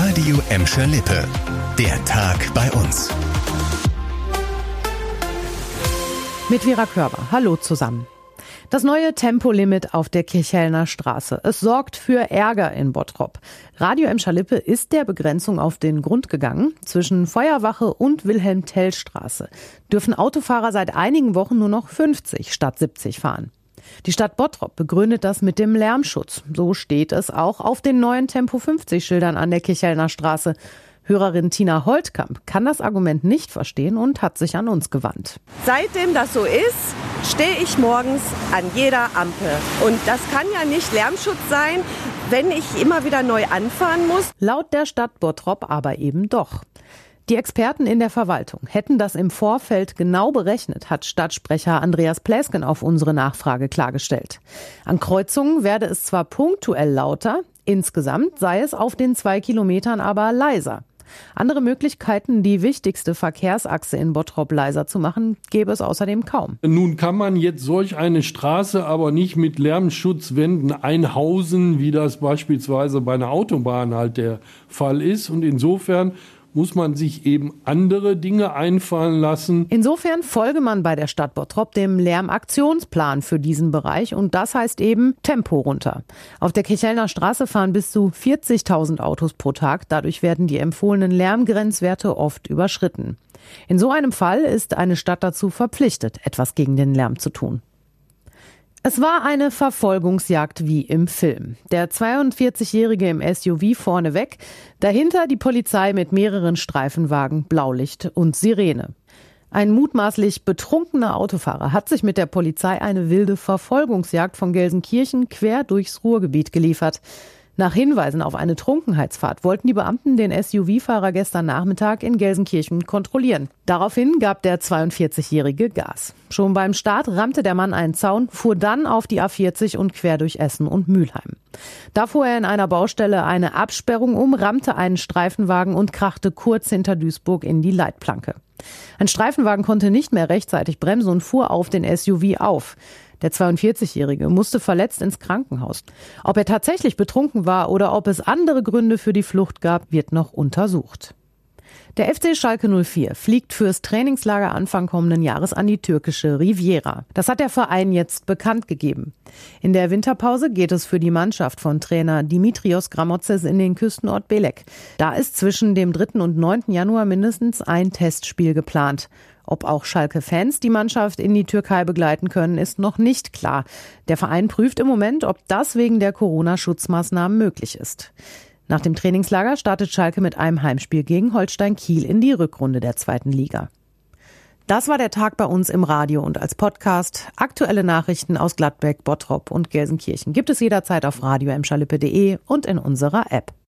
Radio Emscher Lippe. Der Tag bei uns. Mit Vera Körber. Hallo zusammen. Das neue Tempolimit auf der Kirchhellner Straße. Es sorgt für Ärger in Bottrop. Radio Emscher Lippe ist der Begrenzung auf den Grund gegangen. Zwischen Feuerwache und Wilhelm-Tell-Straße dürfen Autofahrer seit einigen Wochen nur noch 50 statt 70 fahren. Die Stadt Bottrop begründet das mit dem Lärmschutz. So steht es auch auf den neuen Tempo-50-Schildern an der Kirchhellner Straße. Hörerin Tina Holtkamp kann das Argument nicht verstehen und hat sich an uns gewandt. Seitdem das so ist, stehe ich morgens an jeder Ampel. Und das kann ja nicht Lärmschutz sein, wenn ich immer wieder neu anfahren muss. Laut der Stadt Bottrop aber eben doch. Die Experten in der Verwaltung hätten das im Vorfeld genau berechnet, hat Stadtsprecher Andreas Pläsken auf unsere Nachfrage klargestellt. An Kreuzungen werde es zwar punktuell lauter, insgesamt sei es auf den 2 Kilometern aber leiser. Andere Möglichkeiten, die wichtigste Verkehrsachse in Bottrop leiser zu machen, gäbe es außerdem kaum. Nun kann man jetzt solch eine Straße aber nicht mit Lärmschutzwänden einhausen, wie das beispielsweise bei einer Autobahn halt der Fall ist. Und insofern muss man sich eben andere Dinge einfallen lassen. Insofern folge man bei der Stadt Bottrop dem Lärmaktionsplan für diesen Bereich und das heißt eben Tempo runter. Auf der Kirchhellner Straße fahren bis zu 40.000 Autos pro Tag. Dadurch werden die empfohlenen Lärmgrenzwerte oft überschritten. In so einem Fall ist eine Stadt dazu verpflichtet, etwas gegen den Lärm zu tun. Es war eine Verfolgungsjagd wie im Film. Der 42-Jährige im SUV vorneweg, dahinter die Polizei mit mehreren Streifenwagen, Blaulicht und Sirene. Ein mutmaßlich betrunkener Autofahrer hat sich mit der Polizei eine wilde Verfolgungsjagd von Gelsenkirchen quer durchs Ruhrgebiet geliefert. Nach Hinweisen auf eine Trunkenheitsfahrt wollten die Beamten den SUV-Fahrer gestern Nachmittag in Gelsenkirchen kontrollieren. Daraufhin gab der 42-Jährige Gas. Schon beim Start rammte der Mann einen Zaun, fuhr dann auf die A40 und quer durch Essen und Mülheim. Da fuhr er in einer Baustelle eine Absperrung um, rammte einen Streifenwagen und krachte kurz hinter Duisburg in die Leitplanke. Ein Streifenwagen konnte nicht mehr rechtzeitig bremsen und fuhr auf den SUV auf. Der 42-Jährige musste verletzt ins Krankenhaus. Ob er tatsächlich betrunken war oder ob es andere Gründe für die Flucht gab, wird noch untersucht. Der FC Schalke 04 fliegt fürs Trainingslager Anfang kommenden Jahres an die türkische Riviera. Das hat der Verein jetzt bekannt gegeben. In der Winterpause geht es für die Mannschaft von Trainer Dimitrios Gramotzes in den Küstenort Belek. Da ist zwischen dem 3. und 9. Januar mindestens ein Testspiel geplant. Ob auch Schalke-Fans die Mannschaft in die Türkei begleiten können, ist noch nicht klar. Der Verein prüft im Moment, ob das wegen der Corona-Schutzmaßnahmen möglich ist. Nach dem Trainingslager startet Schalke mit einem Heimspiel gegen Holstein Kiel in die Rückrunde der 2. Liga. Das war der Tag bei uns im Radio und als Podcast. Aktuelle Nachrichten aus Gladbeck, Bottrop und Gelsenkirchen gibt es jederzeit auf radioemscherlippe.de und in unserer App.